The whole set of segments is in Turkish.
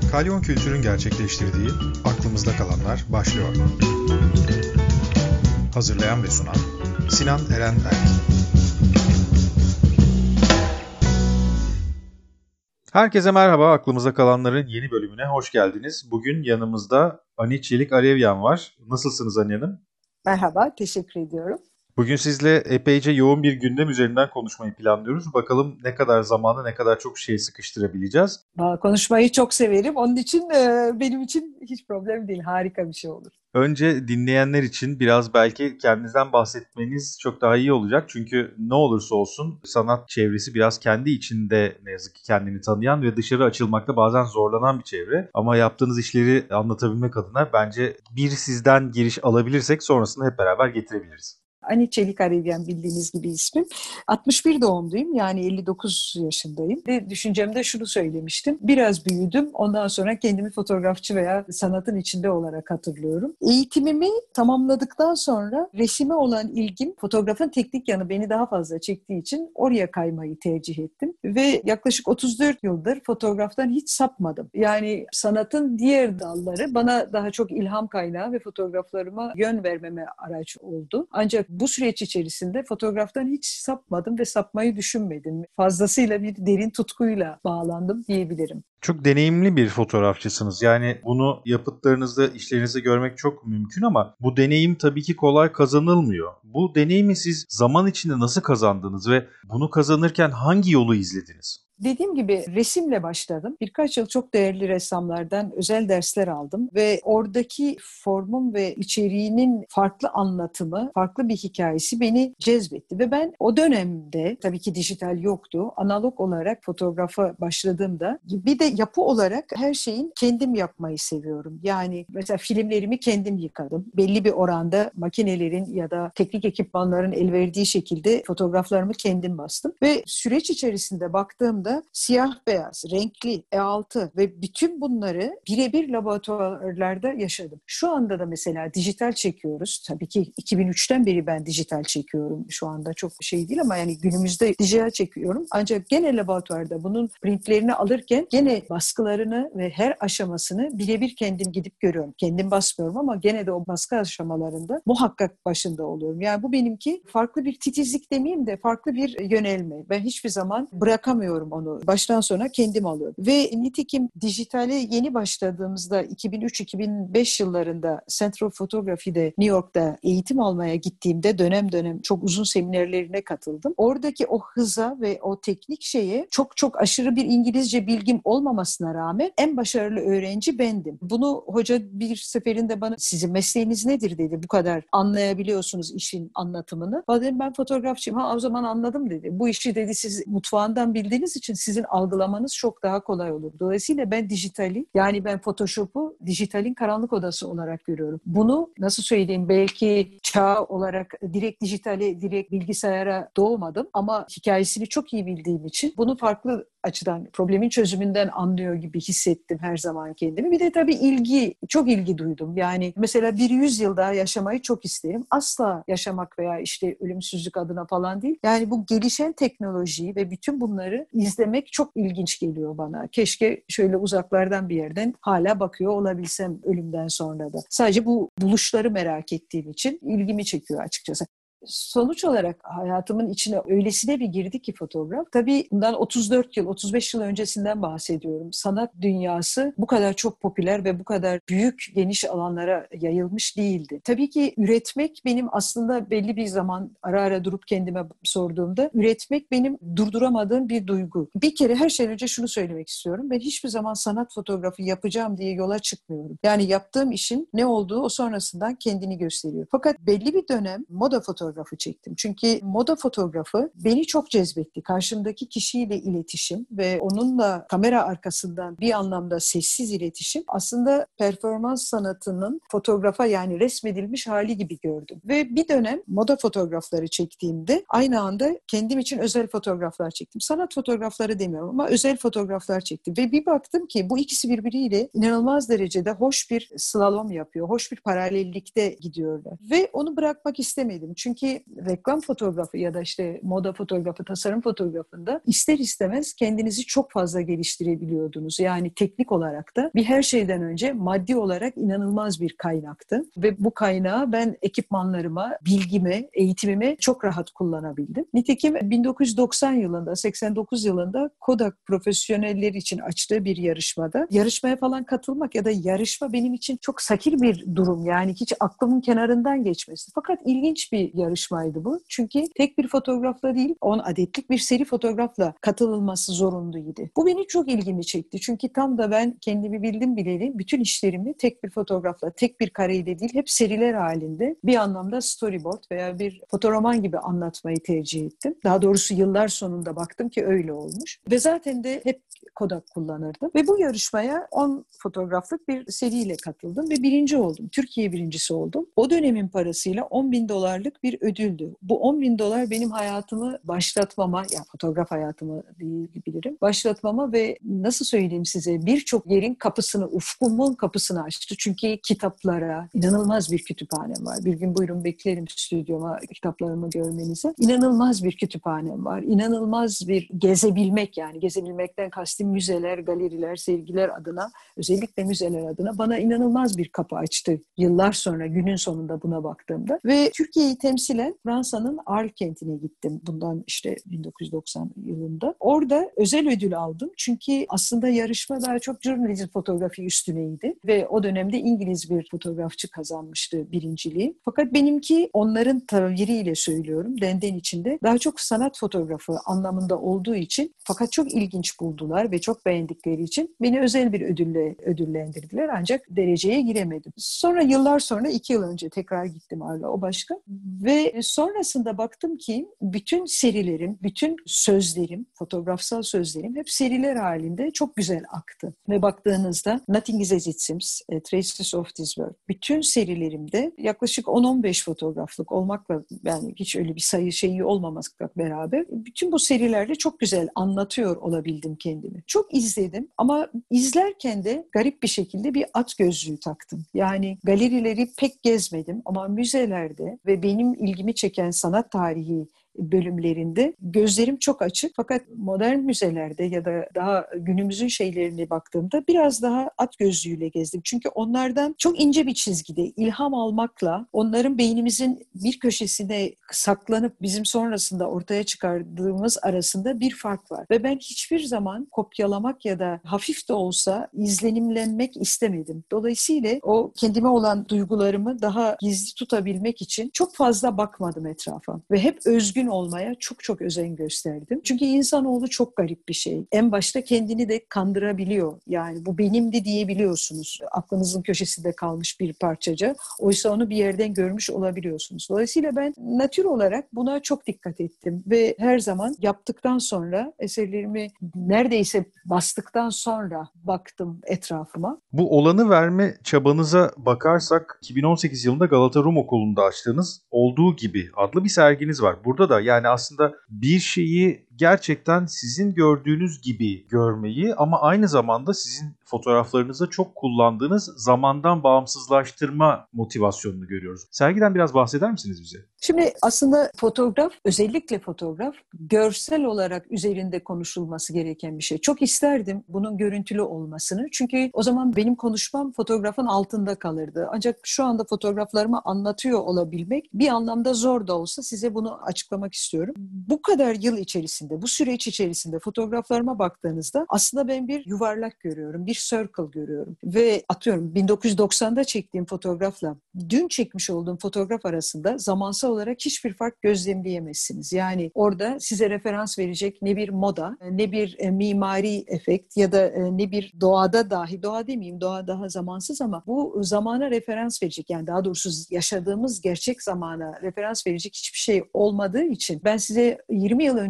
Kalyon Kültür'ün gerçekleştirdiği Aklımızda Kalanlar başlıyor. Hazırlayan ve sunan Sinan Eren Erk. Herkese merhaba, Aklımızda Kalanlar'ın yeni bölümüne hoş geldiniz. Bugün yanımızda Ani Çelik Alevyan var. Nasılsınız Ani Hanım? Merhaba, teşekkür ediyorum. Bugün sizle epeyce yoğun bir gündem üzerinden konuşmayı planlıyoruz. Bakalım ne kadar zamanı, ne kadar çok şey sıkıştırabileceğiz. Konuşmayı çok severim. Onun için benim için hiç problem değil. Harika bir şey olur. Önce dinleyenler için biraz belki kendinizden bahsetmeniz çok daha iyi olacak. Çünkü ne olursa olsun sanat çevresi biraz kendi içinde ne yazık ki kendini tanıyan ve dışarı açılmakta bazen zorlanan bir çevre. Ama yaptığınız işleri anlatabilmek adına bence bir sizden giriş alabilirsek sonrasında hep beraber getirebiliriz. Ani Çelik Alevyan bildiğiniz gibi ismim. 61 doğumluyum, yani 59 yaşındayım. Ve düşüncemde şunu söylemiştim. Biraz büyüdüm, ondan sonra kendimi fotoğrafçı veya sanatın içinde olarak hatırlıyorum. Eğitimimi tamamladıktan sonra resime olan ilgim, fotoğrafın teknik yanı beni daha fazla çektiği için oraya kaymayı tercih ettim. Ve yaklaşık 34 yıldır fotoğraftan hiç sapmadım. Yani sanatın diğer dalları bana daha çok ilham kaynağı ve fotoğraflarıma yön vermeme araç oldu. Ancak bu süreç içerisinde fotoğraftan hiç sapmadım ve sapmayı düşünmedim. Fazlasıyla bir derin tutkuyla bağlandım diyebilirim. Çok deneyimli bir fotoğrafçısınız. Yani bunu yapıtlarınızda, işlerinizde görmek çok mümkün ama bu deneyim tabii ki kolay kazanılmıyor. Bu deneyimi siz zaman içinde nasıl kazandınız ve bunu kazanırken hangi yolu izlediniz? Dediğim gibi resimle başladım. Birkaç yıl çok değerli ressamlardan özel dersler aldım ve oradaki formun ve içeriğinin farklı anlatımı, farklı bir hikayesi beni cezbetti ve ben o dönemde, tabii ki dijital yoktu, analog olarak fotoğrafa başladığımda bir de yapı olarak her şeyin kendim yapmayı seviyorum. Yani mesela filmlerimi kendim yıkadım. Belli bir oranda makinelerin ya da teknik ekipmanların el verdiği şekilde fotoğraflarımı kendim bastım ve süreç içerisinde baktığımda siyah beyaz, renkli, E6 ve bütün bunları birebir laboratuvarlarda yaşadım. Şu anda da mesela dijital çekiyoruz. Tabii ki 2003'ten beri ben dijital çekiyorum. Şu anda çok şey değil ama yani günümüzde dijital çekiyorum. Ancak gene laboratuvarda bunun printlerini alırken gene baskılarını ve her aşamasını birebir kendim gidip görüyorum. Kendim basmıyorum ama gene de o baskı aşamalarında muhakkak başında oluyorum. Yani bu benimki farklı bir titizlik demeyeyim de farklı bir yönelme. Ben hiçbir zaman bırakamıyorum onu. Baştan sona kendim alıyorum. Ve nitekim dijitale yeni başladığımızda 2003-2005 yıllarında Center for Photography'de New York'ta eğitim almaya gittiğimde dönem dönem çok uzun seminerlerine katıldım. Oradaki o hıza ve o teknik şeye çok çok aşırı bir İngilizce bilgim olmamasına rağmen en başarılı öğrenci bendim. Bunu hoca bir seferinde bana "Sizin mesleğiniz nedir?" dedi. "Bu kadar anlayabiliyorsunuz işin anlatımını." Dedim "Ben fotoğrafçıyım." "Ha, o zaman anladım." dedi. "Bu işi," dedi, "siz mutfağından bildiğiniz için sizin algılamanız çok daha kolay olur." Dolayısıyla ben dijitali, yani ben Photoshop'u dijitalin karanlık odası olarak görüyorum. Bunu nasıl söyleyeyim, belki çağ olarak direkt dijitale, direkt bilgisayara doğmadım ama hikayesini çok iyi bildiğim için bunu farklı açıdan, problemin çözümünden anlıyor gibi hissettim her zaman kendimi. Bir de tabii çok ilgi duydum. Yani mesela bir 100 yıl daha yaşamayı çok isterim. Asla yaşamak veya işte ölümsüzlük adına falan değil. Yani bu gelişen teknolojiyi ve bütün bunları izlemek çok ilginç geliyor bana. Keşke şöyle uzaklardan bir yerden hala bakıyor olabilsem ölümden sonra da. Sadece bu buluşları merak ettiğim için ilgimi çekiyor açıkçası. Sonuç olarak hayatımın içine öylesine bir girdi ki fotoğraf. Tabii bundan 34 yıl, 35 yıl öncesinden bahsediyorum. Sanat dünyası bu kadar çok popüler ve bu kadar büyük, geniş alanlara yayılmış değildi. Tabii ki üretmek benim aslında belli bir zaman ara ara durup kendime sorduğumda üretmek benim durduramadığım bir duygu. Bir kere her şeyden önce şunu söylemek istiyorum. Ben hiçbir zaman sanat fotoğrafı yapacağım diye yola çıkmıyorum. Yani yaptığım işin ne olduğu o sonrasından kendini gösteriyor. Fakat belli bir dönem moda fotoğrafı çektim. Çünkü moda fotoğrafı beni çok cezbetti. Karşımdaki kişiyle iletişim ve onunla kamera arkasından bir anlamda sessiz iletişim aslında performans sanatının fotoğrafa, yani resmedilmiş hali gibi gördüm. Ve bir dönem moda fotoğrafları çektiğimde aynı anda kendim için özel fotoğraflar çektim. Sanat fotoğrafları demiyorum ama özel fotoğraflar çektim. Ve bir baktım ki bu ikisi birbiriyle inanılmaz derecede hoş bir slalom yapıyor. Hoş bir paralellikte gidiyorlar. Ve onu bırakmak istemedim. Çünkü çünkü reklam fotoğrafı ya da işte moda fotoğrafı, tasarım fotoğrafında ister istemez kendinizi çok fazla geliştirebiliyordunuz. Yani teknik olarak da bir her şeyden önce maddi olarak inanılmaz bir kaynaktı. Ve bu kaynağı ben ekipmanlarıma, bilgime, eğitimime çok rahat kullanabildim. Nitekim 1990 yılında, 89 yılında Kodak profesyoneller için açtığı bir yarışmaya falan katılmak ya da yarışma benim için çok sakil bir durum. Yani hiç aklımın kenarından geçmesi. Fakat ilginç bir yarışmaydı bu. Çünkü tek bir fotoğrafla değil, 10 adetlik bir seri fotoğrafla katılılması zorunluydu. Bu beni çok ilgimi çekti. Çünkü tam da ben kendimi bildim bileli bütün işlerimi tek bir fotoğrafla, tek bir kareyle değil, hep seriler halinde bir anlamda storyboard veya bir fotoroman gibi anlatmayı tercih ettim. Daha doğrusu yıllar sonunda baktım ki öyle olmuş. Ve zaten de hep Kodak kullanırdım. Ve bu yarışmaya 10 fotoğraflık bir seriyle katıldım ve birinci oldum. Türkiye birincisi oldum. O dönemin parasıyla $10.000 bir ödüldü. Bu $10.000 benim hayatımı başlatmama, ya fotoğraf hayatımı değil bilirim, başlatmama ve nasıl söyleyeyim size birçok yerin kapısını, ufkumun kapısını açtı. Çünkü kitaplara, inanılmaz bir kütüphanem var. Bir gün buyurun beklerim stüdyoma kitaplarımı görmenize. İnanılmaz bir kütüphanem var. İnanılmaz bir gezebilmek, yani gezebilmekten kastım müzeler, galeriler, sergiler adına, özellikle müzeler adına bana inanılmaz bir kapı açtı. Yıllar sonra günün sonunda buna baktığımda ve Türkiye'yi temsilen Fransa'nın Arles kentine gittim. Bundan işte 1990 yılında. Orada özel ödül aldım. Çünkü aslında yarışma daha çok journalism fotoğrafı üstüneydi ve o dönemde İngiliz bir fotoğrafçı kazanmıştı birinciliği. Fakat benimki onların tabiriyle söylüyorum, denden içinde daha çok sanat fotoğrafı anlamında olduğu için, fakat çok ilginç buldular ve çok beğendikleri için beni özel bir ödülle ödüllendirdiler, ancak dereceye giremedim. Sonra yıllar sonra 2 yıl önce tekrar gittim Arla, o başka. Ve sonrasında baktım ki bütün serilerim, bütün sözlerim, fotoğrafsal sözlerim hep seriler halinde çok güzel aktı. Ve baktığınızda Nothing is as it seems, Traces of this world. Bütün serilerimde yaklaşık 10-15 fotoğraflık olmakla, yani hiç öyle bir sayı şeyi olmamakla beraber bütün bu serilerde çok güzel anlatıyor olabildim kendimi. Çok izledim ama izlerken de garip bir şekilde bir at gözlüğü taktım. Yani galerileri pek gezmedim ama müzelerde ve benim ilgimi çeken sanat tarihi bölümlerinde gözlerim çok açık, fakat modern müzelerde ya da daha günümüzün şeylerine baktığımda biraz daha at gözlüğüyle gezdim. Çünkü onlardan çok ince bir çizgide ilham almakla onların beynimizin bir köşesine saklanıp bizim sonrasında ortaya çıkardığımız arasında bir fark var. Ve ben hiçbir zaman kopyalamak ya da hafif de olsa izlenimlenmek istemedim. Dolayısıyla o kendime olan duygularımı daha gizli tutabilmek için çok fazla bakmadım etrafa ve hep özgün olmaya çok çok özen gösterdim. Çünkü insanoğlu çok garip bir şey. En başta kendini de kandırabiliyor. Yani bu benimdi diyebiliyorsunuz. Aklınızın köşesinde kalmış bir parçacık. Oysa onu bir yerden görmüş olabiliyorsunuz. Dolayısıyla ben natür olarak buna çok dikkat ettim ve her zaman yaptıktan sonra, eserlerimi neredeyse bastıktan sonra baktım etrafıma. Bu olanı verme çabanıza bakarsak 2018 yılında Galata Rum Okulu'nda açtığınız Olduğu Gibi adlı bir serginiz var. Burada da yani aslında bir şeyi gerçekten sizin gördüğünüz gibi görmeyi ama aynı zamanda sizin fotoğraflarınızda çok kullandığınız zamandan bağımsızlaştırma motivasyonunu görüyoruz. Sergiden biraz bahseder misiniz bize? Şimdi aslında fotoğraf, özellikle fotoğraf, görsel olarak üzerinde konuşulması gereken bir şey. Çok isterdim bunun görüntülü olmasını. Çünkü o zaman benim konuşmam fotoğrafın altında kalırdı. Ancak şu anda fotoğraflarımı anlatıyor olabilmek bir anlamda zor da olsa size bunu açıklamak istiyorum. Bu kadar yıl içerisinde, bu süreç içerisinde fotoğraflarıma baktığınızda aslında ben bir yuvarlak görüyorum, bir circle görüyorum. Ve atıyorum 1990'da çektiğim fotoğrafla dün çekmiş olduğum fotoğraf arasında zamansal olarak hiçbir fark gözlemleyemezsiniz. Yani orada size referans verecek ne bir moda, ne bir mimari efekt ya da ne bir doğada dahi, doğa demeyeyim, doğa daha zamansız ama bu zamana referans verecek, yani daha doğrusu yaşadığımız gerçek zamana referans verecek hiçbir şey olmadığı için ben size 20 yıl önce çektiğim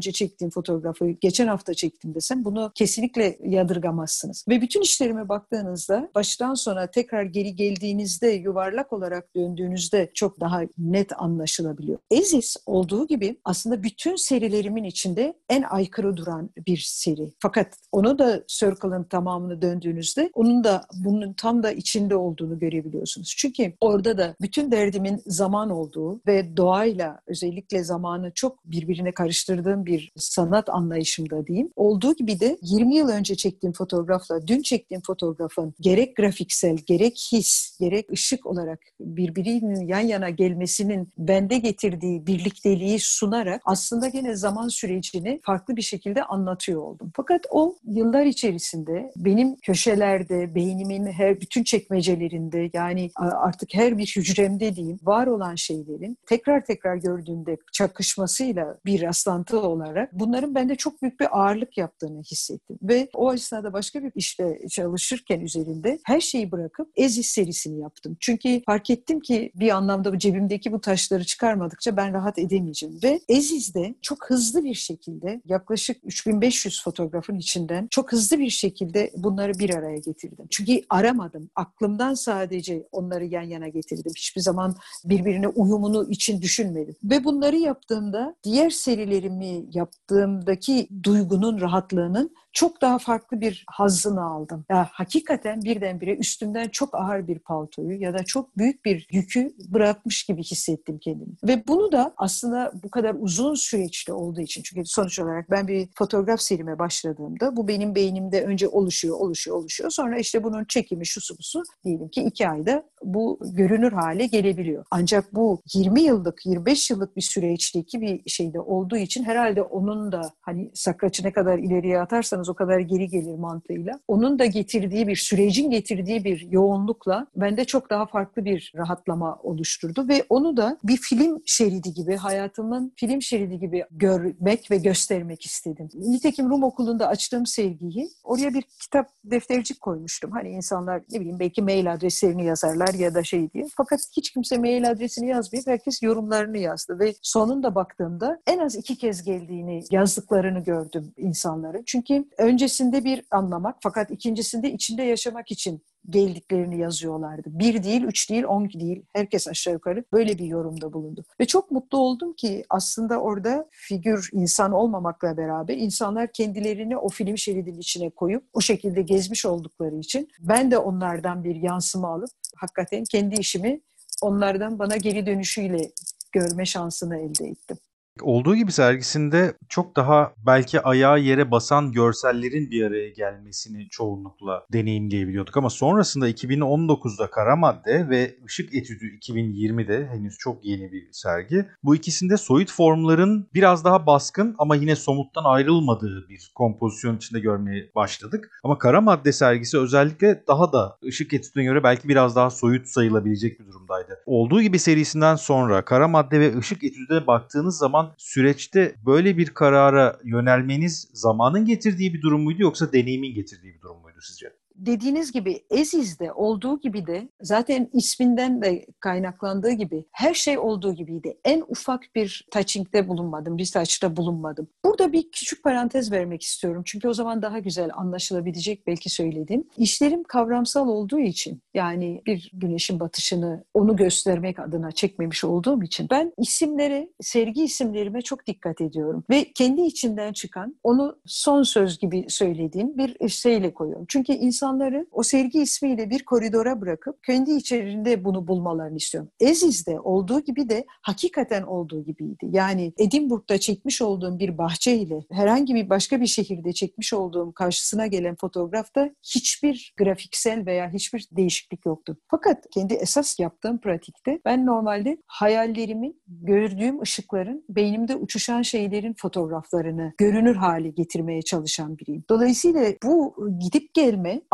çektiğim fotoğrafı geçen hafta çektim desem bunu kesinlikle yadırgamazsınız. Ve bütün işlerime baktığınızda baştan sona tekrar geri geldiğinizde, yuvarlak olarak döndüğünüzde çok daha net anlaşılabiliyor. Aziz olduğu gibi aslında bütün serilerimin içinde en aykırı duran bir seri. Fakat onu da Circle'ın tamamını döndüğünüzde onun da bunun tam da içinde olduğunu görebiliyorsunuz. Çünkü orada da bütün derdimin zaman olduğu ve doğayla özellikle zamanı çok birbirine karıştırdığım bir sanat anlayışımda diyeyim. Olduğu gibi de 20 yıl önce çektiğim fotoğrafla dün çektiğim fotoğrafın gerek grafiksel, gerek his, gerek ışık olarak birbirinin yan yana gelmesinin bende getirdiği birlikteliği sunarak aslında gene zaman sürecini farklı bir şekilde anlatıyor oldum. Fakat o yıllar içerisinde benim köşelerde, beynimin bütün çekmecelerinde, yani artık her bir hücremde diyeyim, var olan şeylerin tekrar tekrar gördüğümde çakışmasıyla bir rastlantı olarak bunların bende çok büyük bir ağırlık yaptığını hissettim. Ve o esnada başka bir işte çalışırken üzerinde her şeyi bırakıp Aziz serisini yaptım. Çünkü fark ettim ki bir anlamda cebimdeki bu taşları çıkarmadıkça ben rahat edemeyeceğim. Ve Aziz'de çok hızlı bir şekilde yaklaşık 3500 fotoğrafın içinden çok hızlı bir şekilde bunları bir araya getirdim. Çünkü aramadım. Aklımdan sadece onları yan yana getirdim. Hiçbir zaman birbirine uyumunu için düşünmedim. Ve bunları yaptığımda diğer serilerimi yaptığımdaki duygunun rahatlığının çok daha farklı bir hazzını aldım. Ya hakikaten birdenbire üstümden çok ağır bir paltoyu ya da çok büyük bir yükü bırakmış gibi hissettim kendimi. Ve bunu da aslında bu kadar uzun süreçte olduğu için, çünkü sonuç olarak ben bir fotoğraf serime başladığımda bu benim beynimde önce oluşuyor. Sonra işte bunun çekimi şusu busu diyelim ki 2 ayda bu görünür hale gelebiliyor. Ancak bu 20 yıllık, 25 yıllık bir süreçteki bir şeyde olduğu için herhalde onun da hani sakraçı ne kadar ileriye atarsanız o kadar geri gelir mantığıyla. Onun da getirdiği bir sürecin getirdiği bir yoğunlukla bende çok daha farklı bir rahatlama oluşturdu ve onu da bir film şeridi gibi, hayatımın film şeridi gibi görmek ve göstermek istedim. Nitekim Rum Okulu'nda açtığım sergiyi oraya bir kitap deftercik koymuştum. Hani insanlar ne bileyim belki mail adreslerini yazarlar ya da şey diye. Fakat hiç kimse mail adresini yazmayıp herkes yorumlarını yazdı ve sonunda baktığımda en az 2 kez geldiğini, yazdıklarını gördüm insanların. Çünkü öncesinde bir anlamak fakat ikincisinde içinde yaşamak için geldiklerini yazıyorlardı. 1 değil, 3 değil, 10 değil. Herkes aşağı yukarı böyle bir yorumda bulundu. Ve çok mutlu oldum ki aslında orada figür insan olmamakla beraber insanlar kendilerini o film şeridinin içine koyup o şekilde gezmiş oldukları için ben de onlardan bir yansıma alıp hakikaten kendi işimi onlardan bana geri dönüşüyle görme şansını elde ettim. Olduğu gibi sergisinde çok daha belki ayağı yere basan görsellerin bir araya gelmesini çoğunlukla deneyimleyebiliyorduk. Ama sonrasında 2019'da Kara Madde ve Işık Etüdü 2020'de henüz çok yeni bir sergi. Bu ikisinde soyut formların biraz daha baskın ama yine somuttan ayrılmadığı bir kompozisyon içinde görmeye başladık. Ama Kara Madde sergisi özellikle daha da Işık Etüdü'ne göre belki biraz daha soyut sayılabilecek bir durumdaydı. Olduğu gibi serisinden sonra Kara Madde ve Işık Etüdü'ne baktığınız zaman süreçte böyle bir karara yönelmeniz zamanın getirdiği bir durum muydu yoksa deneyimin getirdiği bir durum muydu sizce? Dediğiniz gibi Aziz'de olduğu gibi de zaten isminden de kaynaklandığı gibi her şey olduğu gibiydi. En ufak bir touching'de bulunmadım, retouch'ta bulunmadım. Burada bir küçük parantez vermek istiyorum. Çünkü o zaman daha güzel anlaşılabilecek belki söyledim. İşlerim kavramsal olduğu için, yani bir güneşin batışını onu göstermek adına çekmemiş olduğum için ben isimlere, sergi isimlerime çok dikkat ediyorum. Ve kendi içinden çıkan, onu son söz gibi söylediğim bir şeyle koyuyorum. Çünkü insanları o sergi ismiyle bir koridora bırakıp kendi içerisinde bunu bulmalarını istiyorum. Aziz'de olduğu gibi de hakikaten olduğu gibiydi. Yani Edinburgh'da çekmiş olduğum bir bahçeyle herhangi bir başka bir şehirde çekmiş olduğum karşısına gelen fotoğrafta hiçbir grafiksel veya hiçbir değişiklik yoktu. Fakat kendi esas yaptığım pratikte ben normalde hayallerimin, gördüğüm ışıkların, beynimde uçuşan şeylerin fotoğraflarını görünür hale getirmeye çalışan biriyim. Dolayısıyla bu gidip gelme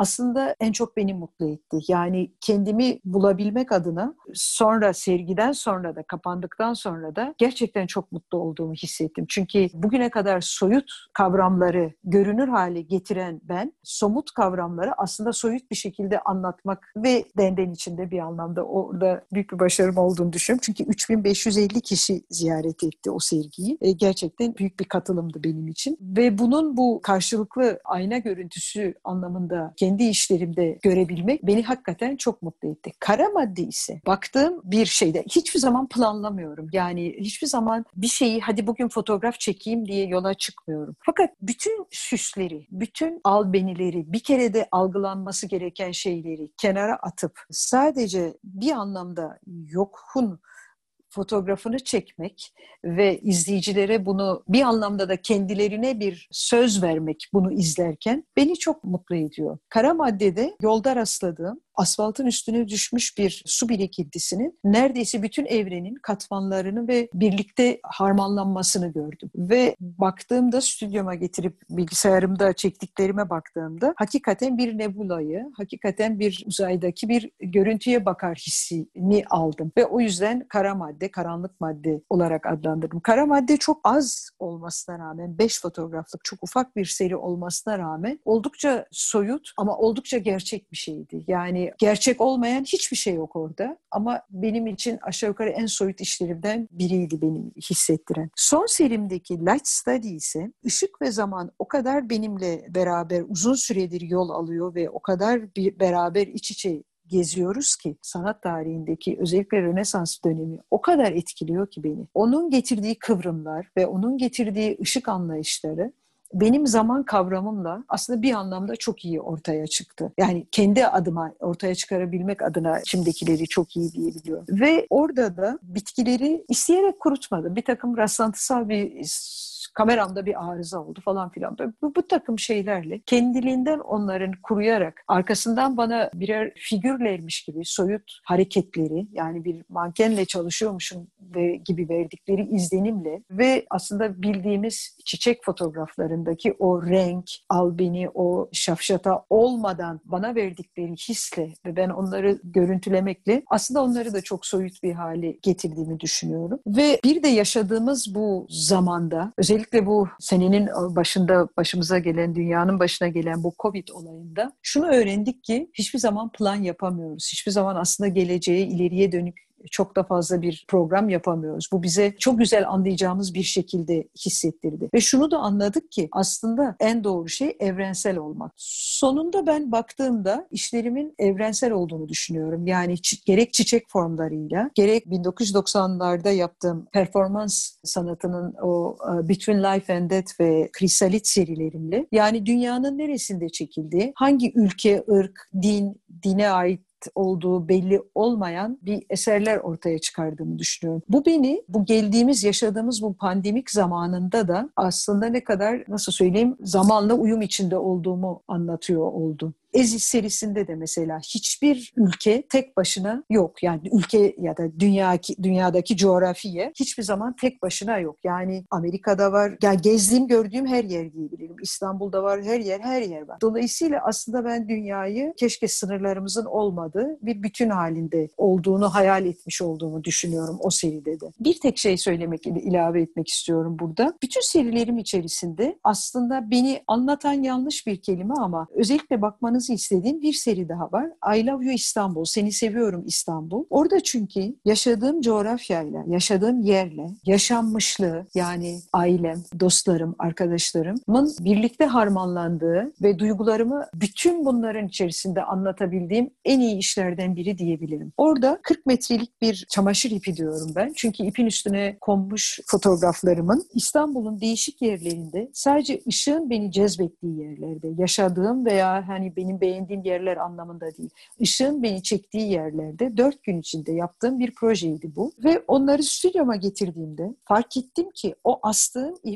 aslında en çok beni mutlu etti. Yani kendimi bulabilmek adına sonra sergiden sonra da kapandıktan sonra da gerçekten çok mutlu olduğumu hissettim. Çünkü bugüne kadar soyut kavramları görünür hale getiren ben, somut kavramları aslında soyut bir şekilde anlatmak ve denden içinde bir anlamda orada büyük bir başarım olduğunu düşünüyorum. Çünkü 3550 kişi ziyaret etti o sergiyi. Gerçekten büyük bir katılımdı benim için. Ve bunun bu karşılıklı ayna görüntüsü anlamında kendi işlerimde görebilmek beni hakikaten çok mutlu etti. Kara madde ise baktığım bir şeyde hiçbir zaman planlamıyorum. Yani hiçbir zaman bir şeyi hadi bugün fotoğraf çekeyim diye yola çıkmıyorum. Fakat bütün süsleri, bütün albenileri, bir kere de algılanması gereken şeyleri kenara atıp sadece bir anlamda yokun fotoğrafını çekmek ve izleyicilere bunu bir anlamda da kendilerine bir söz vermek bunu izlerken beni çok mutlu ediyor. Kara maddede yolda rastladığım asfaltın üstüne düşmüş bir su birikintisinin neredeyse bütün evrenin katmanlarını ve birlikte harmanlanmasını gördüm. Ve baktığımda stüdyoma getirip bilgisayarımda çektiklerime baktığımda hakikaten bir nebulayı, hakikaten bir uzaydaki bir görüntüye bakar hissini aldım. Ve o yüzden kara madde, karanlık madde olarak adlandırdım. Kara madde çok az olmasına rağmen, 5 fotoğraflık çok ufak bir seri olmasına rağmen oldukça soyut ama oldukça gerçek bir şeydi. Yani gerçek olmayan hiçbir şey yok orada ama benim için aşağı yukarı en soyut işlerimden biriydi benim hissettiren. Son serimdeki Light Study ise ışık ve zaman o kadar benimle beraber uzun süredir yol alıyor ve o kadar beraber iç içe geziyoruz ki sanat tarihindeki özellikle Rönesans dönemi o kadar etkiliyor ki beni. Onun getirdiği kıvrımlar ve onun getirdiği ışık anlayışları benim zaman kavramımla aslında bir anlamda çok iyi ortaya çıktı. Yani kendi adıma ortaya çıkarabilmek adına içimdekileri çok iyi diyebiliyorum. Ve orada da bitkileri isteyerek kurutmadım. Bir takım rastlantısal bir kameramda bir arıza oldu falan filan. Bu takım şeylerle kendiliğinden onların kuruyarak arkasından bana birer figürlermiş gibi soyut hareketleri yani bir mankenle çalışıyormuşum gibi verdikleri izlenimle ve aslında bildiğimiz çiçek fotoğraflarındaki o renk, albeni, o şafşata olmadan bana verdikleri hisle ve ben onları görüntülemekle aslında onları da çok soyut bir hale getirdiğimi düşünüyorum. Ve bir de yaşadığımız bu zamanda özellikle bu senenin başında başımıza gelen, dünyanın başına gelen bu Covid olayında şunu öğrendik ki hiçbir zaman plan yapamıyoruz. Hiçbir zaman aslında geleceğe, ileriye dönük çok da fazla bir program yapamıyoruz. Bu bize çok güzel anlayacağımız bir şekilde hissettirdi. Ve şunu da anladık ki aslında en doğru şey evrensel olmak. Sonunda ben baktığımda işlerimin evrensel olduğunu düşünüyorum. Yani gerek çiçek formlarıyla, gerek 1990'larda yaptığım performans sanatının o Between Life and Death ve Krisalit serilerimle yani dünyanın neresinde çekildiği, hangi ülke, ırk, dine ait olduğu belli olmayan bir eserler ortaya çıkardığımı düşünüyorum. Bu beni yaşadığımız bu pandemik zamanında da aslında ne kadar nasıl söyleyeyim zamanla uyum içinde olduğumu anlatıyor oldu. Aziz serisinde de mesela hiçbir ülke tek başına yok. Yani ülke ya da dünyadaki coğrafiye hiçbir zaman tek başına yok. Yani Amerika'da var. Yani gezdiğim, gördüğüm her yer diyebilirim. İstanbul'da var, her yer var. Dolayısıyla aslında ben dünyayı keşke sınırlarımızın olmadığı bir bütün halinde olduğunu hayal etmiş olduğumu düşünüyorum o seride de. Bir tek şey ilave etmek istiyorum burada. Bütün serilerim içerisinde aslında beni anlatan yanlış bir kelime ama özellikle bakmanız istediğim bir seri daha var. I Love You İstanbul, Seni Seviyorum İstanbul. Orada çünkü yaşadığım coğrafyayla, yaşadığım yerle, yaşanmışlığı yani ailem, dostlarım, arkadaşlarımın birlikte harmanlandığı ve duygularımı bütün bunların içerisinde anlatabildiğim en iyi işlerden biri diyebilirim. Orada 40 metrelik bir çamaşır ipi diyorum ben. Çünkü ipin üstüne konmuş fotoğraflarımın İstanbul'un değişik yerlerinde sadece ışığın beni cezbettiği yerlerde yaşadığım veya hani benim beğendiğim yerler anlamında değil. Işığın beni çektiği yerlerde 4 gün içinde yaptığım bir projeydi bu. Ve onları stüdyoma getirdiğimde fark ettim ki o astığım ip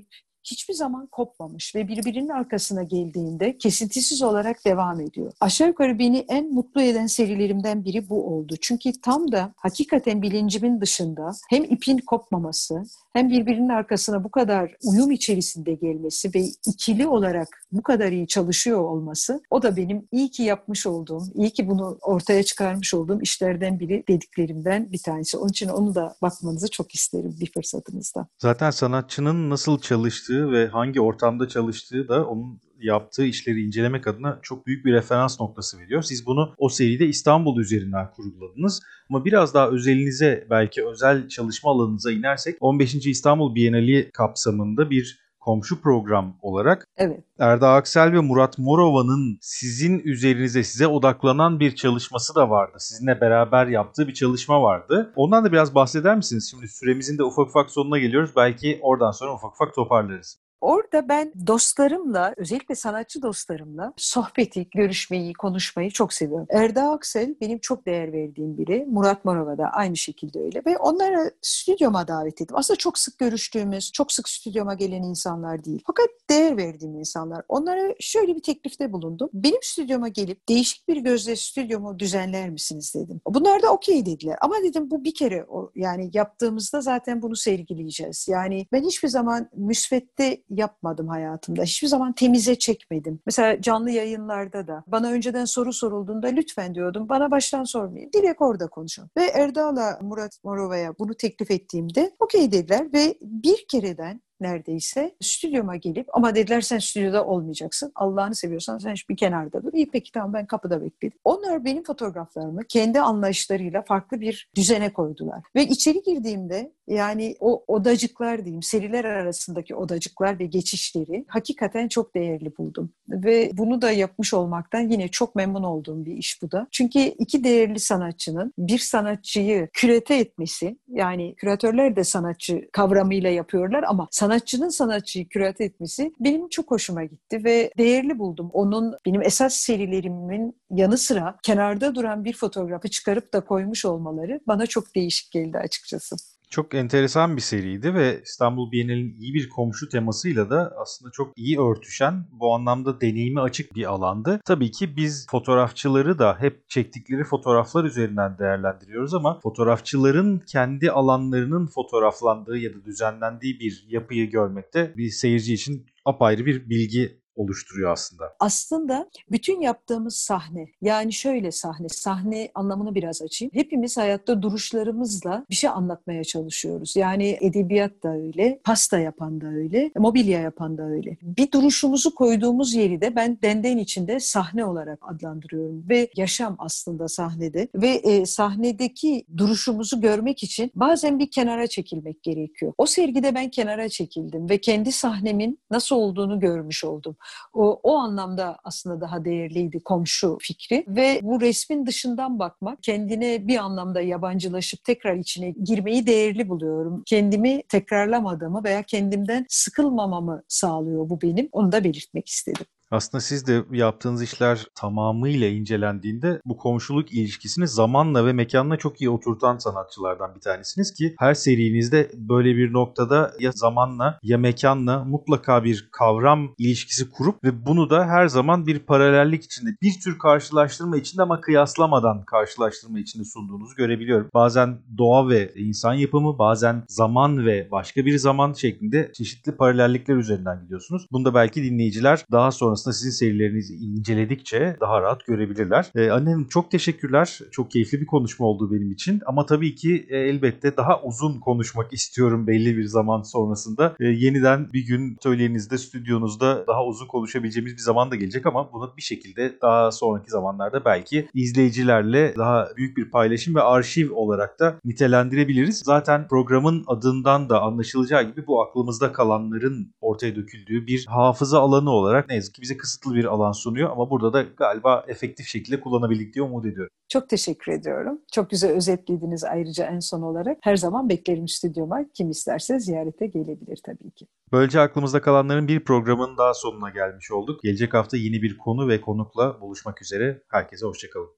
hiçbir zaman kopmamış ve birbirinin arkasına geldiğinde kesintisiz olarak devam ediyor. Aşağı yukarı beni en mutlu eden serilerimden biri bu oldu. Çünkü tam da hakikaten bilincimin dışında hem ipin kopmaması hem birbirinin arkasına bu kadar uyum içerisinde gelmesi ve ikili olarak bu kadar iyi çalışıyor olması, o da benim iyi ki yapmış olduğum, iyi ki bunu ortaya çıkarmış olduğum işlerden biri dediklerimden bir tanesi. Onun için onu da bakmanızı çok isterim bir fırsatınızda. Zaten sanatçının nasıl çalıştığı ve hangi ortamda çalıştığı da onun yaptığı işleri incelemek adına çok büyük bir referans noktası veriyor. Siz bunu o seride İstanbul üzerinden kurguladınız. Ama biraz daha özelinize, belki özel çalışma alanınıza inersek 15. İstanbul Bienali kapsamında bir komşu program olarak Evet. Erda Aksel ve Murat Morova'nın sizin üzerinize, size odaklanan bir çalışması da vardı. Sizinle beraber yaptığı bir çalışma vardı. Ondan da biraz bahseder misiniz? Şimdi süremizin de ufak ufak sonuna geliyoruz. Belki oradan sonra ufak ufak toparlarız. Orada ben dostlarımla, özellikle sanatçı dostlarımla sohbeti, görüşmeyi, konuşmayı çok seviyorum. Erda Aksel benim çok değer verdiğim biri. Murat Morova da aynı şekilde öyle. Ve onları stüdyoma davet ettim. Aslında çok sık görüştüğümüz, çok sık stüdyoma gelen insanlar değil. Fakat değer verdiğim insanlar. Onlara şöyle bir teklifte bulundum. Benim stüdyoma gelip değişik bir gözle stüdyomu düzenler misiniz dedim. Bunlar da okey dediler. Ama dedim bu bir kere yani yaptığımızda zaten bunu sergileyeceğiz. Yani ben hiçbir zaman müsvedde yapmadım hayatımda. Hiçbir zaman temize çekmedim. Mesela canlı yayınlarda da bana önceden soru sorulduğunda lütfen diyordum. Bana baştan sormayın. Direkt orada konuşun. Ve Erdal'la Murat Morova'ya bunu teklif ettiğimde okey dediler ve bir kereden neredeyse stüdyoma gelip ama dediler sen stüdyoda olmayacaksın. Allah'ını seviyorsan sen bir kenarda dur. İyi peki tamam ben kapıda bekledim. Onlar benim fotoğraflarımı kendi anlayışlarıyla farklı bir düzene koydular. Ve içeri girdiğimde yani o odacıklar diyeyim, seriler arasındaki odacıklar ve geçişleri hakikaten çok değerli buldum. Ve bunu da yapmış olmaktan yine çok memnun olduğum bir iş bu da. Çünkü iki değerli sanatçının bir sanatçıyı kürete etmesi, yani küratörler de sanatçı kavramıyla yapıyorlar ama sanatçının sanatçıyı kürate etmesi benim çok hoşuma gitti ve değerli buldum. Onun benim esas serilerimin yanı sıra kenarda duran bir fotoğrafı çıkarıp da koymuş olmaları bana çok değişik geldi açıkçası. Çok enteresan bir seriydi ve İstanbul Bienali'nin iyi bir komşu temasıyla da aslında çok iyi örtüşen, bu anlamda deneyimi açık bir alandı. Tabii ki biz fotoğrafçıları da hep çektikleri fotoğraflar üzerinden değerlendiriyoruz ama fotoğrafçıların kendi alanlarının fotoğraflandığı ya da düzenlendiği bir yapıyı görmek de bir seyirci için apayrı bir bilgi oluşturuyor aslında. Aslında bütün yaptığımız sahne, yani şöyle sahne anlamını biraz açayım. Hepimiz hayatta duruşlarımızla bir şey anlatmaya çalışıyoruz. Yani edebiyat da öyle, pasta yapan da öyle, mobilya yapan da öyle. Bir duruşumuzu koyduğumuz yeri de ben denden içinde sahne olarak adlandırıyorum. Ve yaşam aslında sahnede ve sahnedeki duruşumuzu görmek için bazen bir kenara çekilmek gerekiyor. O sergide ben kenara çekildim ve kendi sahnemin nasıl olduğunu görmüş oldum. O anlamda aslında daha değerliydi komşu fikri ve bu resmin dışından bakmak, kendine bir anlamda yabancılaşıp tekrar içine girmeyi değerli buluyorum. Kendimi tekrarlamadığımı veya kendimden sıkılmamamı sağlıyor bu benim. Onu da belirtmek istedim. Aslında siz de yaptığınız işler tamamıyla incelendiğinde bu komşuluk ilişkisini zamanla ve mekanla çok iyi oturtan sanatçılardan bir tanesiniz ki her serinizde böyle bir noktada ya zamanla ya mekanla mutlaka bir kavram ilişkisi kurup ve bunu da her zaman bir paralellik içinde, bir tür karşılaştırma içinde ama kıyaslamadan karşılaştırma içinde sunduğunuzu görebiliyorum. Bazen doğa ve insan yapımı, bazen zaman ve başka bir zaman şeklinde çeşitli paralellikler üzerinden gidiyorsunuz. Bunu da belki dinleyiciler daha sonrasında sizin serilerinizi inceledikçe daha rahat görebilirler. Annem çok teşekkürler. Çok keyifli bir konuşma oldu benim için. Ama tabii ki elbette daha uzun konuşmak istiyorum belli bir zaman sonrasında. Yeniden bir gün atölyenizde, stüdyonuzda daha uzun konuşabileceğimiz bir zaman da gelecek ama bunu bir şekilde daha sonraki zamanlarda belki izleyicilerle daha büyük bir paylaşım ve arşiv olarak da nitelendirebiliriz. Zaten programın adından da anlaşılacağı gibi bu aklımızda kalanların ortaya döküldüğü bir hafıza alanı olarak ne yazık ki bize kısıtlı bir alan sunuyor ama burada da galiba efektif şekilde kullanabildik diye umut ediyorum. Çok teşekkür ediyorum. Çok güzel özetlediniz ayrıca en son olarak. Her zaman beklerim stüdyoma. Kim isterse ziyarete gelebilir tabii ki. Böylece aklımızda kalanların bir programın daha sonuna gelmiş olduk. Gelecek hafta yeni bir konu ve konukla buluşmak üzere. Herkese hoşça kalın.